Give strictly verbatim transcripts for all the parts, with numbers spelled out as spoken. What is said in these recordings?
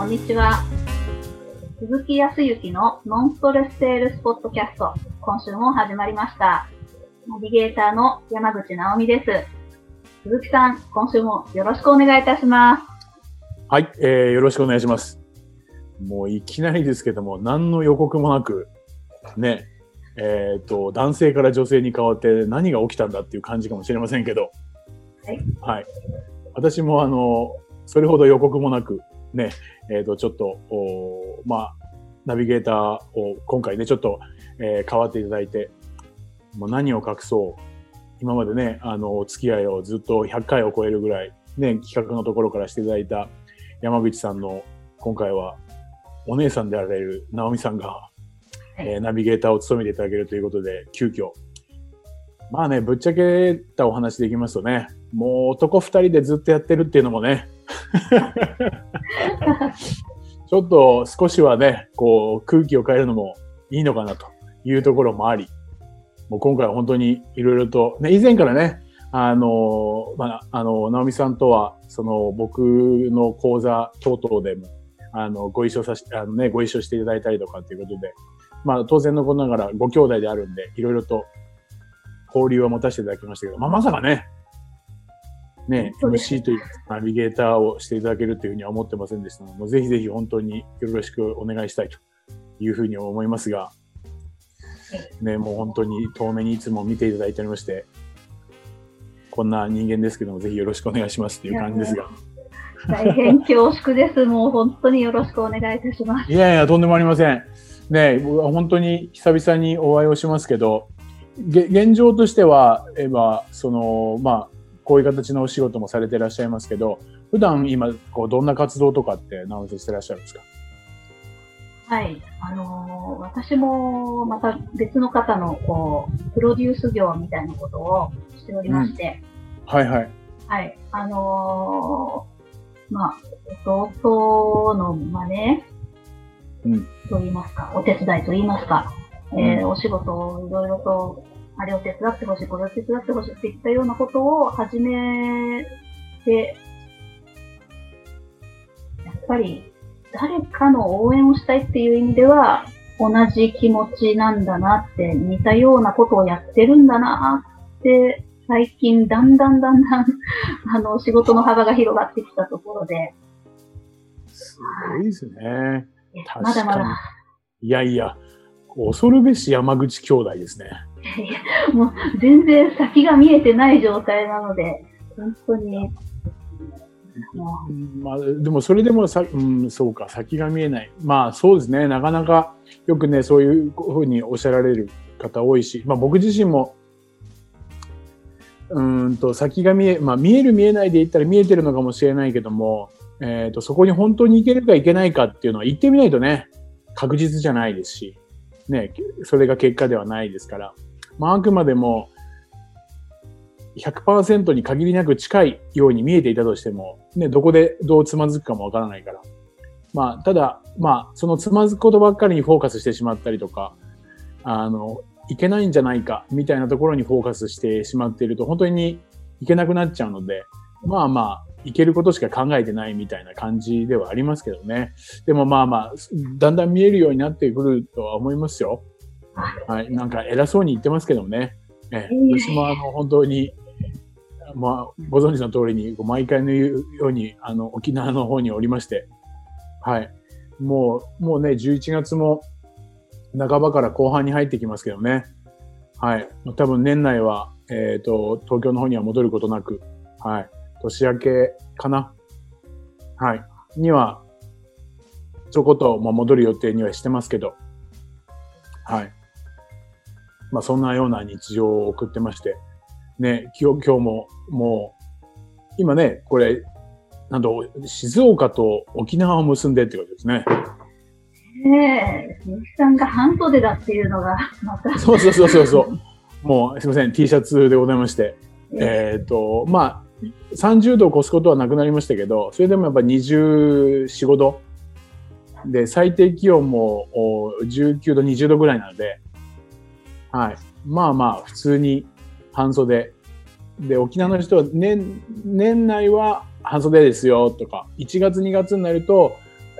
こんにちは。鈴木康之のノンストレスセールスポッドキャスト、今週も始まりました。ナビゲーターの山口直美です。鈴木さん、今週もよろしくお願いいたします。 はい、えー、よろしくお願いします。もういきなりですけども、何の予告もなく、ね、えっと、男性から女性に変わって何が起きたんだっていう感じかもしれませんけど、 はい。 はい。私もあの、それほど予告もなく、ね、えっと、ちょっと、おまあ、ナビゲーターを今回ね、ちょっと、えー、変わっていただいて、もう何を隠そう。今までね、あの、お付き合いをずっとひゃっかいを超えるぐらい、ね、企画のところからしていただいた山口さんの、今回は、お姉さんであられる直美さんが、はい、えー、ナビゲーターを務めていただけるということで、急遽。まあね、ぶっちゃけたお話でいきますとね、もう男二人でずっとやってるっていうのもね、ちょっと少しはね、こう空気を変えるのもいいのかなというところもあり、もう今回は本当にいろいろと、ね、以前からね、あの、まあ、あの、直美さんとは、その僕の講座等々でも、あの、ご一緒さし、あのね、ご一緒していただいたりとかっていうことで、まあ当然のことながらご兄弟であるんで、いろいろと交流を持たせていただきましたけど、まあまさかね、ね、エムシー というナビゲーターをしていただけるというふうには思ってませんでしたので、もうぜひぜひ本当によろしくお願いしたいというふうに思いますが、ね、もう本当に遠目にいつも見ていただいておりまして、こんな人間ですけども、ぜひよろしくお願いしますっていう感じですが。 大変恐縮です。もう本当によろしくお願いいたします。 いやいや、とんでもありません。ね、僕は本当に久々にお会いをしますけど、現状としては、今、その、まあ、こういう形のお仕事もされていらっしゃいますけど、普段今、こう、どんな活動とかって直美さんしてらっしゃるんですか？ はい。あのー、私もまた別の方の、こう、プロデュース業みたいなことをしておりまして。 うん、はいはい。 はい。あのー、まあ、弟の真似、うん、と言いますか、お手伝いと言いますか、うん、えー、お仕事をいろいろと、あれを手伝ってほしい、これを手伝ってほしいっていったようなことを始めて、やっぱり誰かの応援をしたいっていう意味では、同じ気持ちなんだなって、似たようなことをやってるんだなって、最近だんだんだんだん、あの、仕事の幅が広がってきたところで。 すごいですね。 まだまだ。 いやいや、恐るべし山口兄弟ですね。 いや、もう全然先が見えてない状態なので、本当に。 まあ、でもそれでもさ、うん、そうか、先が見えない。まあそうですね、なかなかよくね、そういうふうにおっしゃられる方多いし、まあ僕自身も、うーんと先が見え、まあ見える見えないで言ったら見えてるのかもしれないけども、えっと、そこに本当に行けるか行けないかっていうのは行ってみないとね、確実じゃないですし、ね、それが結果ではないですから、まああくまでも、ひゃくパーセント に限りなく近いように見えていたとしても、ね、どこでどうつまずくかもわからないから。まあ、ただ、まあ、そのつまずくことばっかりにフォーカスしてしまったりとか、あの、いけないんじゃないか、みたいなところにフォーカスしてしまっていると、本当にいけなくなっちゃうので、まあまあ、いけることしか考えてないみたいな感じではありますけどね。でもまあまあ、だんだん見えるようになってくるとは思いますよ。はい。なんか偉そうに言ってますけどもね。え私もあの、本当に、まあ、ご存知の通りに、毎回のように、あの、沖縄の方におりまして、はい。もう、もうね、じゅういちがつも半ばから後半に入ってきますけどね。はい。多分年内は、えっと、東京の方には戻ることなく、はい。年明けかな。はい。には、ちょこっと、まあ、戻る予定にはしてますけど、はい。まあ、そんなような日常を送ってまして、ね、今日、今日も、もう、今ね、これ、なんと、静岡と沖縄を結んでってことですね。 ねえ、鈴木さんが半袖だっていうのが、また。 そうそうそうそうそう。もう、すみません、T シャツでございまして。えっと、まあ、さんじゅうどを超すことはなくなりましたけど、それでもやっぱにじゅうよん、ごど。で、最低気温もじゅうきゅうど、にじゅうどぐらいなので、はい。まあまあ、普通に、半袖。で、沖縄の人は年、年内は半袖ですよとか、いちがつにがつになると、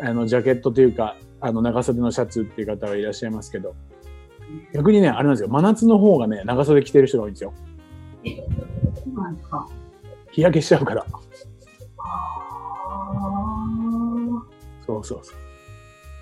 あのジャケットというかあの長袖のシャツっていう方はいらっしゃいますけど、逆にねあれなんですよ、真夏の方がね長袖着てる人が多いんですよ。 え、そうなんですか。 日焼けしちゃうから。 あそうそうそう。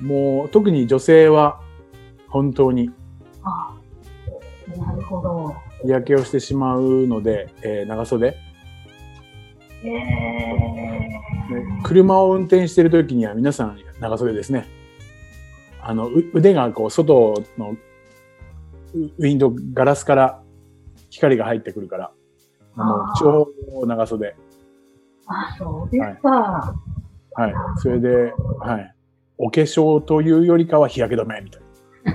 もう特に女性は本当にあ、なるほど。 日焼けをしてしまうので、えー、長袖。 えー、 車を運転しているときには皆さん長袖ですね。あの腕がこう外のウィンドウガラスから光が入ってくるから、もう超長袖。 あ、そうですか。 はい。はい、それで、はい。お化粧というよりかは日焼け止めみたいな。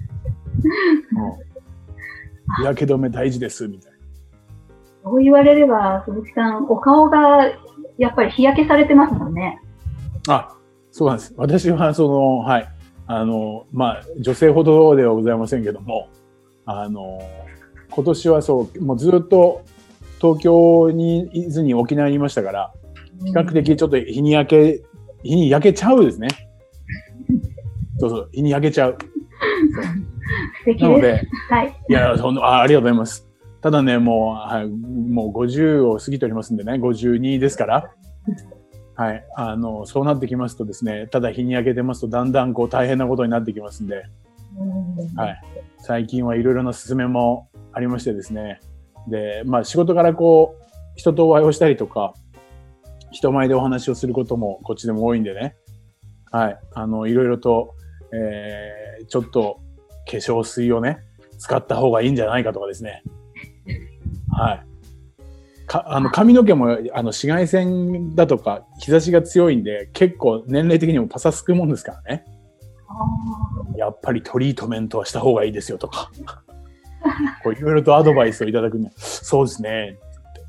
日焼け止め大事ですみたいな。 そう言われれば、鈴木さん、お顔がやっぱり日焼けされてますもんね。 あ、そうなんです。私はその、はい。あの、まあ、女性ほどではございませんけども、あの、今年はそう、もうずっと東京にいずに沖縄にいましたから、比較的ちょっと日に焼け、日に焼けちゃうですね。そうそう、日に焼けちゃう。 素敵です。 なので、 はい。 いや、そのあ、ありがとうございます。ただね、もう、はい、もうごじゅうを過ぎておりますんでね、ごじゅうにですから、はい、あの、そうなってきますとですね、ただ日に焼けてますと、だんだんこう大変なことになってきますんで、はい、最近はいろいろな勧めもありましてですね、で、まあ仕事からこう、人とお会いをしたりとか、人前でお話をすることもこっちでも多いんでね、はい、あの、いろいろと、えー、ちょっと化粧水をね、使った方がいいんじゃないかとかですね、はい。か、あの、髪の毛も、あの、紫外線だとか、日差しが強いんで、結構年齢的にもパサつくもんですからね。やっぱりトリートメントはした方がいいですよとか。こういろいろとアドバイスをいただくんで、そうですね。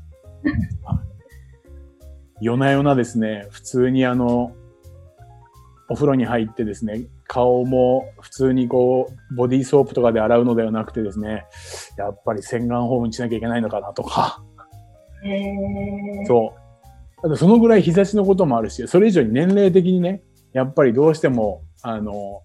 夜な夜なですね、普通にあの、お風呂に入ってですね、顔も普通にこう、ボディーソープとかで洗うのではなくてですね、やっぱり洗顔フォームにしなきゃいけないのかなとか。 へー。 そう。あとそのぐらい日差しのこともあるし、それ以上に年齢的にね、やっぱりどうしても、あの、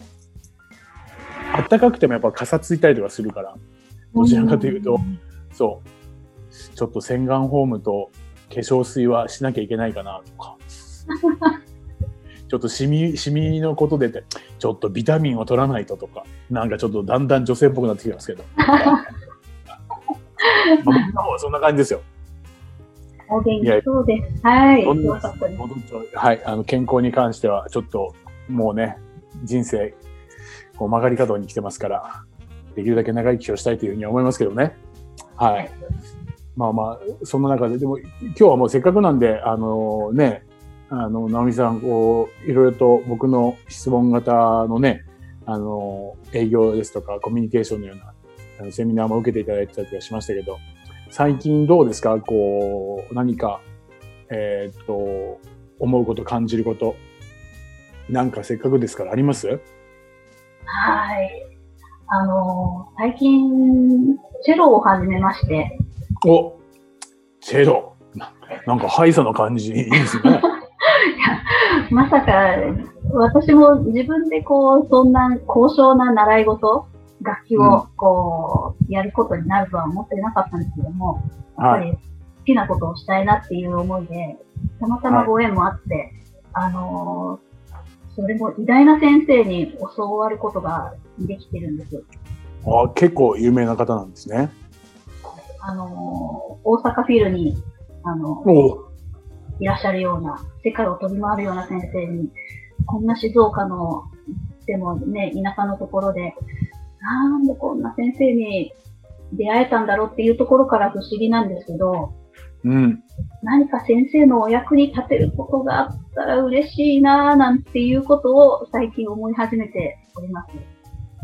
暖かくてもやっぱかさついたりとかするから、どちらかというと、そう、ちょっと洗顔フォームと化粧水はしなきゃいけないかなとか。ちょっとシミ、シミのことでて、ちょっとビタミンを取らないととか、なんかちょっとだんだん女性っぽくなってきてますけど。まあ、僕もそんな感じですよ。 お元気そうです。はい。よかったです。 はい。あの、健康に関しては、ちょっと、もうね、人生、こう曲がり角に来てますから、できるだけ長生きをしたいというふうに思いますけどね。はい。まあまあ、そんな中で、でも、今日はもうせっかくなんで、あのね、あの、直美さん、こう、いろいろと僕の質問型のね、あの、営業ですとか、コミュニケーションのような、あのセミナーも受けていただいてたりはしましたけど、最近どうですか？こう、何か、えー、っと、思うこと、感じること、なんかせっかくですからあります？ はい。あの、最近、チェロを始めまして。 お、チェロ。な, なんかハイソの感じいいですね。 まさか、私も自分でこう、そんな高尚な習い事、楽器をこう、うん、やることになるとは思ってなかったんですけども、やっぱり好きなことをしたいなっていう思いで、たまたまご縁もあって、はい、あのー、それも偉大な先生に教わることができてるんです。 あ、結構有名な方なんですね。 あのー、大阪フィルに、あのー、いらっしゃるような、世界を飛び回るような先生に、こんな静岡の、でもね、田舎のところで、なんでこんな先生に出会えたんだろうっていうところから不思議なんですけど、 うん、 何か先生のお役に立てることがあったら嬉しいなぁなんていうことを最近思い始めております。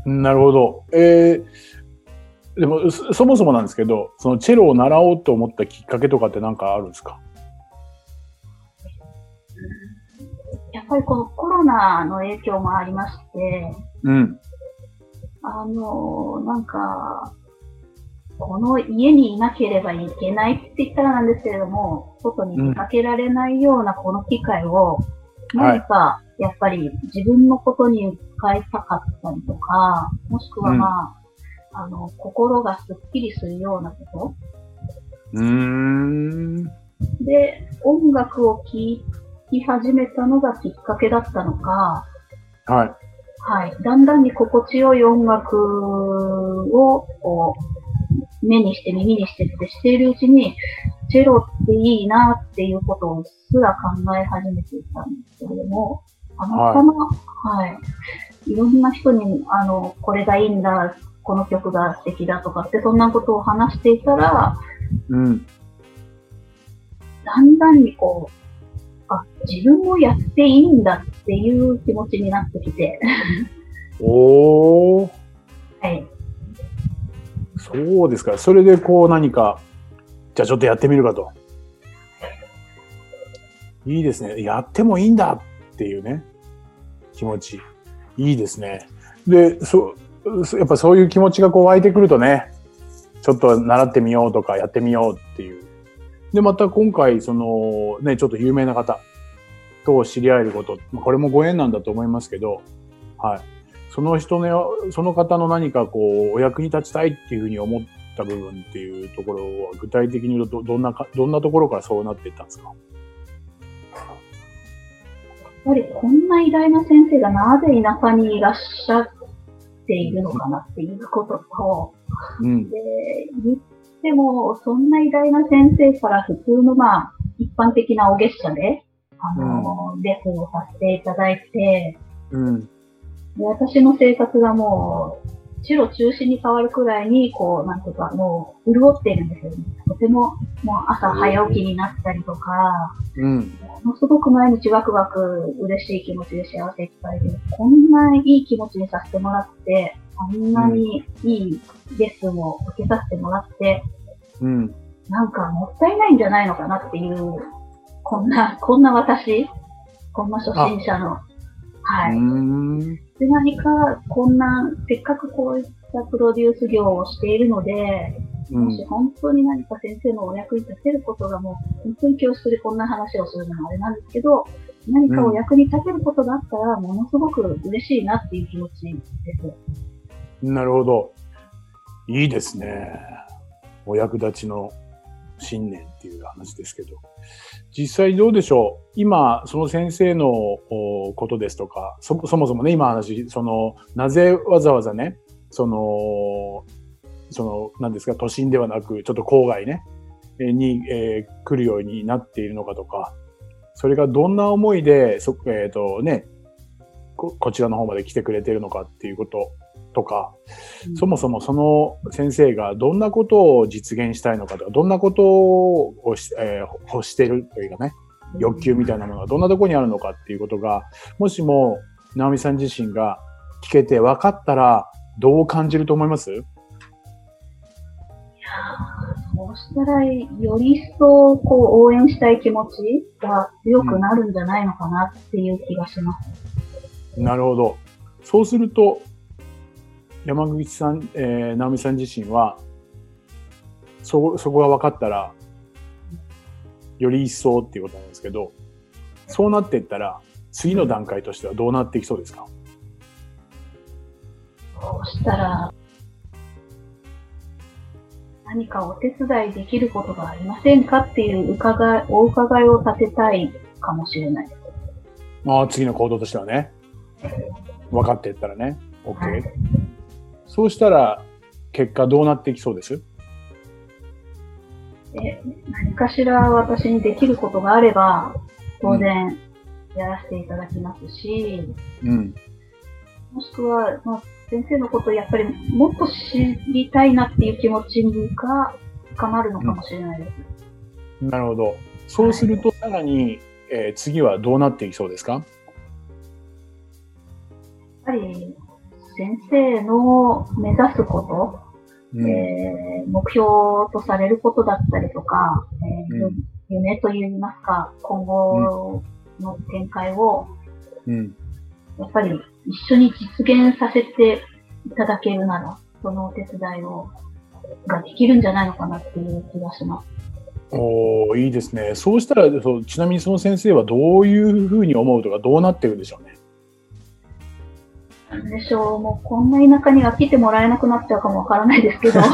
なるほど。えー、でもそもそもなんですけど、そのチェロを習おうと思ったきっかけとかって何かあるんですか？ やっぱりこのコロナの影響もありまして、 うん。 あの、なんか、この家にいなければいけないって言ったらなんですけれども、外に出かけられないようなこの機会を、 何か、やっぱり自分のことに使いたかったりとか、もしくはまあ、うん、あの、心がすっきりするようなこと。 うーん。 で、音楽を聴き始めたのがきっかけだったのか、 はい。 はい。だんだんに心地よい音楽を、こう、目にして耳にしてってしているうちに、チェロっていいなっていうことをすら考え始めていたんですけれども、たまたま、はい、はい。いろんな人に、あの、これがいいんだ、この曲が素敵だとかって、そんなことを話していたら、 うん。 だんだんにこう、あ、自分もやっていいんだっていう気持ちになってきて。 おー。 はい。 そうですか。それでこう何か、じゃあちょっとやってみるかと。いいですね。やってもいいんだっていうね、気持ち。いいですね。で、そ、やっぱそういう気持ちがこう湧いてくるとね、ちょっと習ってみようとかやってみようっていう。で、また今回、そのね、ちょっと有名な方と知り合えること、これもご縁なんだと思いますけど、はい。その人の、その方の何かこう、お役に立ちたいっていうふうに思った部分っていうところは、具体的に言うと、どんなか、どんなところからそうなっていったんですか？ やっぱりこんな偉大な先生がなぜ田舎にいらっしゃっているのかなっていうことと、うん、で、言っても、そんな偉大な先生から普通のまあ、一般的なお月謝で、あの、うん、レッスンをさせていただいて、うん、で私の生活がもう、チロ中止に変わるくらいに、こう、なんていうか、もう、潤っているんですよね。とても、もう朝早起きになったりとか、うん、ものすごく毎日ワクワク嬉しい気持ちで幸せいっぱいで、こんないい気持ちにさせてもらって、あんなにいいレッスンを受けさせてもらって、うん、なんかもったいないんじゃないのかなっていう、こんな、こんな私、こんな初心者の、はい。で、何か、こんな、せっかくこういったプロデュース業をしているので、うん、もし本当に何か先生のお役に立てることがもう、本当に教室でこんな話をするのもあれなんですけど、何かお役に立てることがあったら、ものすごく嬉しいなっていう気持ちです。 なるほど。いいですね。お役立ちの信念っていう話ですけど。実際どうでしょう？今、その先生のことですとか、そ、そもそもね、今話、その、なぜわざわざね、その、その、何ですか、都心ではなく、ちょっと郊外ね、に、えー、来るようになっているのかとか、それがどんな思いで、そ、えっとね、こ、こちらの方まで来てくれているのかっていうこととか、うん、そもそもその先生がどんなことを実現したいのかとか、どんなことをし、えー、欲してるというかね、欲求みたいなものがどんなところにあるのかっていうことが、もしも直美さん自身が聞けて分かったらどう感じると思います？ そうしたら、より一層、こう、応援したい気持ちが強くなるんじゃないのかなっていう気がします。 うん、なるほど。そうすると、山口さん、えー、直美さん自身は、そ、そこが分かったら、より一層っていうことなんですけど、そうなっていったら、次の段階としてはどうなっていきそうですか？ そうしたら、何かお手伝いできることがありませんかっていう伺い、お伺いを立てたいかもしれないです。 ああ、次の行動としてはね。分かっていったらね。OK。はい、そうしたら、結果どうなっていきそうです？ え、何かしら私にできることがあれば、当然やらせていただきますし、うん、もしくは、まあ、先生のことをやっぱりもっと知りたいなっていう気持ちが深まるのかもしれないです。 うん、なるほど。そうすると、さらに、えー、次はどうなっていきそうですか？ やっぱり、先生の目指すこと、うん、えー、目標とされることだったりとか、えーうん、夢といいますか、今後の展開を、うん、やっぱり一緒に実現させていただけるなら、そのお手伝いをができるんじゃないのかなっていう気がします。 おー、いいですね。そうしたらそう、ちなみにその先生はどういうふうに思うとか、どうなってるんでしょうね。 なんでしょう、もうこんな田舎には来てもらえなくなっちゃうかもわからないですけど。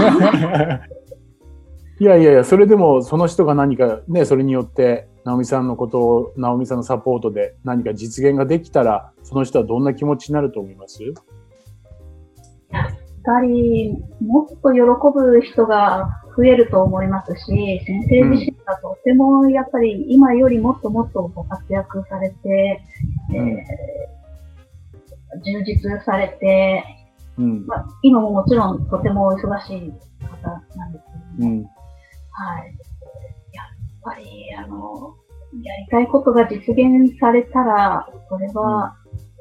いやいやいや、それでもその人が何かね、それによって直美さんのことを、直美さんのサポートで何か実現ができたら、その人はどんな気持ちになると思います？ やっぱりもっと喜ぶ人が増えると思いますし、先生自身がとてもやっぱり今よりもっともっとご活躍されて、うん、えー、充実されて、うん、まあ、今ももちろんとてもお忙しい方なんですけども、うん、はい、やっぱりあのやりたいことが実現されたら、それは、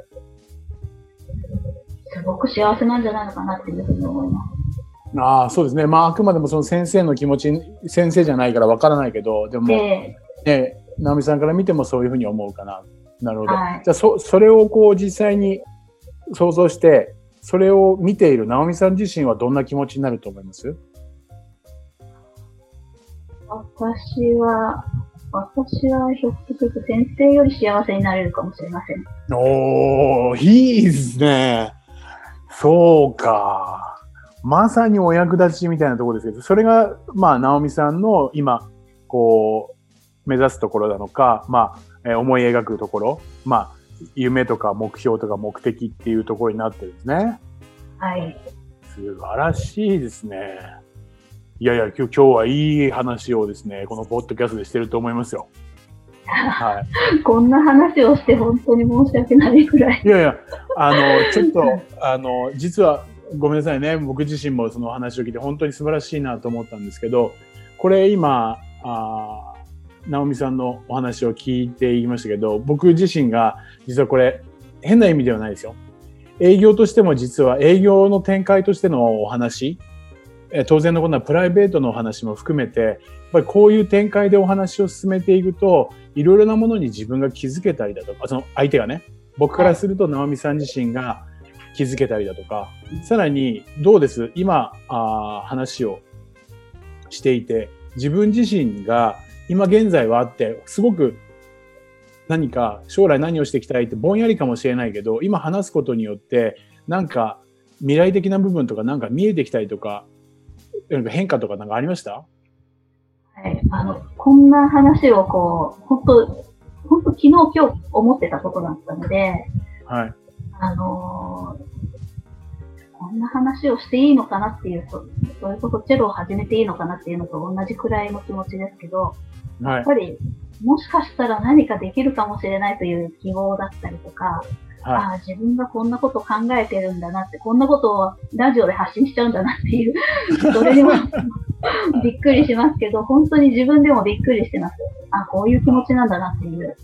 うん、すごく幸せなんじゃないのかなっていうふうに思います。 ああ、そうですね。まあ、あくまでもその先生の気持ち、先生じゃないからわからないけど、でも、えー、ね、直美さんから見てもそういうふうに思うかな。なるほど。はい、じゃあ、そ、それをこう実際に想像して、それを見ている直美さん自身はどんな気持ちになると思います？ 私は、私はひょっとすると先生より幸せになれるかもしれません。 おー、いいですね。そうか。まさにお役立ちみたいなところですけど、それが、まあ、直美さんの今、こう、目指すところなのか、まあ、えー、思い描くところ、まあ、夢とか目標とか目的っていうところになってるんですね。 はい。 素晴らしいですね。いやいや、今日、今日はいい話をですね、このポッドキャストでしてると思いますよ。 はい。こんな話をして本当に申し訳ないくらい。 いやいや、あの、ちょっと、あの、実は、ごめんなさいね。僕自身もその話を聞いて本当に素晴らしいなと思ったんですけど、これ今、あ直美さんのお話を聞いて言いましたけど、僕自身が実はこれ変な意味ではないですよ。営業としても実は営業の展開としてのお話、え当然のことはプライベートのお話も含めて、やっぱりこういう展開でお話を進めていくと、いろいろなものに自分が気づけたりだとか、その相手がね、僕からすると直美さん自身が気づけたりだとか、さらにどうです今あ話をしていて、自分自身が今現在はあって、すごく何か将来何をしていきたいってぼんやりかもしれないけど、今話すことによってなんか未来的な部分とかなんか見えてきたりとか、なんか変化とかなんかありました？ はい、あの、こんな話をこう、本当本当昨日今日思ってたことだったので、 はい。 あのー、こんな話をしていいのかなっていうと、そういうことチェロを始めていいのかなっていうのと同じくらいの気持ちですけど、はい、やっぱりもしかしたら何かできるかもしれないという希望だったりとか、はい、ああ、自分がこんなこと考えてるんだなって、こんなことをラジオで発信しちゃうんだなっていう、それにもびっくりしますけど、本当に自分でもびっくりしてます。あ、こういう気持ちなんだなっていう。はい。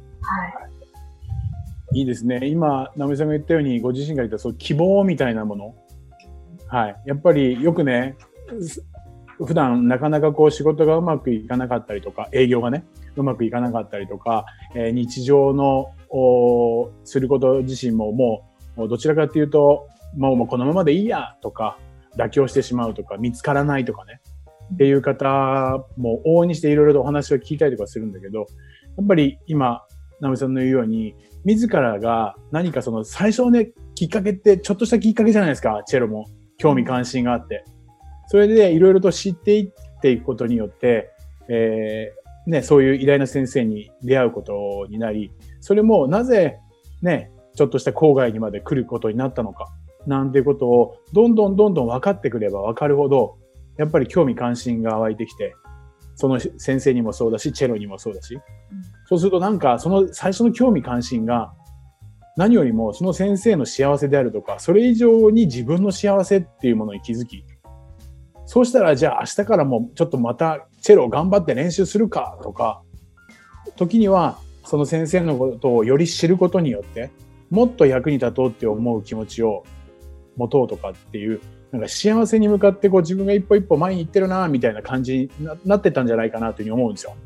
いいですね。今、直美さんが言ったように、ご自身が言ったそう希望みたいなもの。はい。やっぱりよくね、普段なかなかこう仕事がうまくいかなかったりとか、営業がね、うまくいかなかったりとか、えー、日常のすること自身ももうどちらかというと、もう、もうこのままでいいやとか、妥協してしまうとか、見つからないとかね、っていう方も往々にしていろいろとお話を聞いたりとかするんだけど、やっぱり今、直美さんの言うように、自らが何かその最初のね、きっかけってちょっとしたきっかけじゃないですか、チェロも興味関心があって。それでいろいろと知っていっていくことによって、えー、ね、そういう偉大な先生に出会うことになり、それもなぜね、ちょっとした郊外にまで来ることになったのか、なんていうことをどんどんどんどん分かってくれば分かるほど、やっぱり興味関心が湧いてきて、その先生にもそうだし、チェロにもそうだし、うん、そうするとなんかその最初の興味関心が何よりもその先生の幸せであるとか、それ以上に自分の幸せっていうものに気づき、そうしたらじゃあ明日からもちょっとまたチェロを頑張って練習するかとか、時にはその先生のことをより知ることによってもっと役に立とうって思う気持ちを持とうとかっていう、なんか幸せに向かってこう自分が一歩一歩前に行ってるなみたいな感じに な, なってたんじゃないかなというふうに思うんですよ。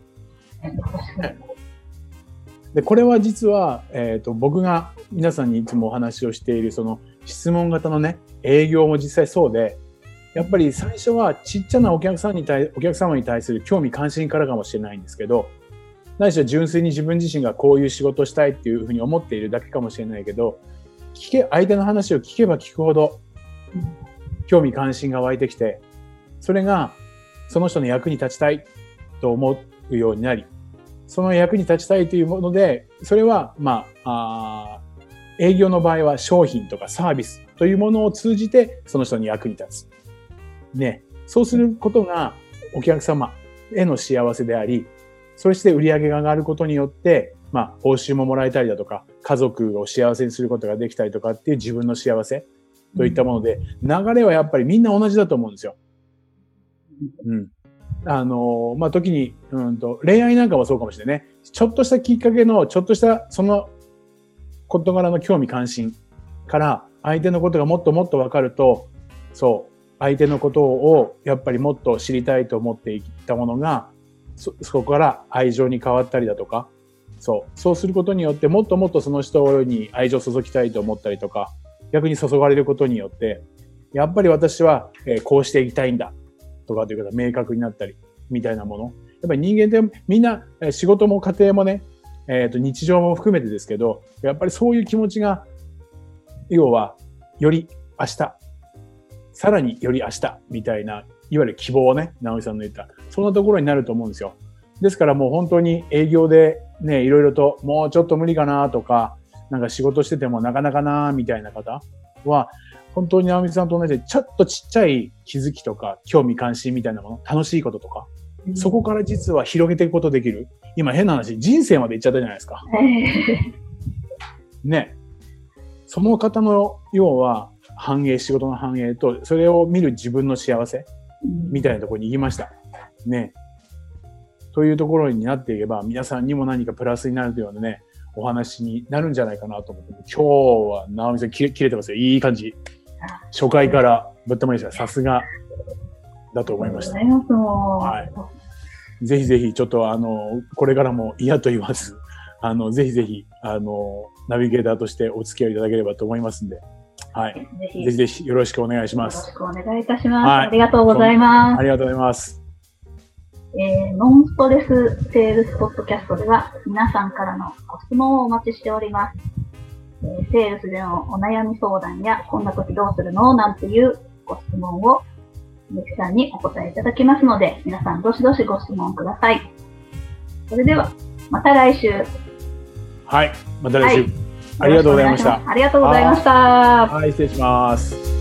でこれは実は、えーと、僕が皆さんにいつもお話をしているその質問型のね営業も実際そうで、 やっぱり最初はちっちゃなお客さんに対、お客様に対する興味関心からかもしれないんですけど、ないしは純粋に自分自身がこういう仕事をしたいっていうふうに思っているだけかもしれないけど、聞け、相手の話を聞けば聞くほど興味関心が湧いてきて、それがその人の役に立ちたいと思うようになり、その役に立ちたいというもので、それはまあ、あ営業の場合は商品とかサービスというものを通じてその人に役に立つ。ね。そうすることがお客様への幸せであり、そして売り上げが上がることによって、まあ、報酬ももらえたりだとか、家族を幸せにすることができたりとかっていう自分の幸せといったもので、流れはやっぱりみんな同じだと思うんですよ。うん。あの、まあ、時に、うんと、恋愛なんかもそうかもしれないね。ちょっとしたきっかけの、ちょっとしたその事柄の興味関心から相手のことがもっともっと分かると、そう、相手のことをやっぱりもっと知りたいと思っていったものが、そ、そこから愛情に変わったりだとか、そう、そうすることによってもっともっとその人に愛情を注ぎたいと思ったりとか、逆に注がれることによって、やっぱり私は、えー、こうしていきたいんだとかということが明確になったり、みたいなもの。やっぱり人間ってみんな、えー、仕事も家庭もね、えっと、日常も含めてですけど、やっぱりそういう気持ちが、要は、より明日、さらにより明日、みたいな、いわゆる希望をね、直美さんの言った、そんなところになると思うんですよ。ですからもう本当に営業でね、いろいろと、もうちょっと無理かなとか、なんか仕事しててもなかなかなみたいな方は、本当に直美さんと同じで、ちょっとちっちゃい気づきとか、興味関心みたいなもの、楽しいこととか、うん、そこから実は広げていくことできる。今変な話、人生まで行っちゃったじゃないですか。ね。その方の要は繁栄、仕事の繁栄と、それを見る自分の幸せみたいなところに行きました。ね。というところになっていけば、皆さんにも何かプラスになるというようなね、お話になるんじゃないかなと思って、今日は直美さん切れ、切れてますよ。いい感じ。初回からぶったまりでした。さすがだと思いました。はい。ぜひぜひ、ちょっとあの、これからも嫌と言わず、あの、ぜひぜひ、あの、ナビゲーターとしてお付き合いいただければと思いますんで、はい。ぜひぜひぜひよろしくお願いします。 よろしくお願いいたします。はい、ありがとうございます。 ありがとうございます。 えー、ノンストレスセールスポッドキャストでは皆さんからのご質問をお待ちしております。えー、セールスでのお悩み相談やこんな時どうするのなんていうご質問をみきさんにお答えいただきますので、皆さんどしどしご質問ください。それではまた来週。 はい、また来週。はい、ありがとうございました。 ありがとうございました。 はい、失礼します。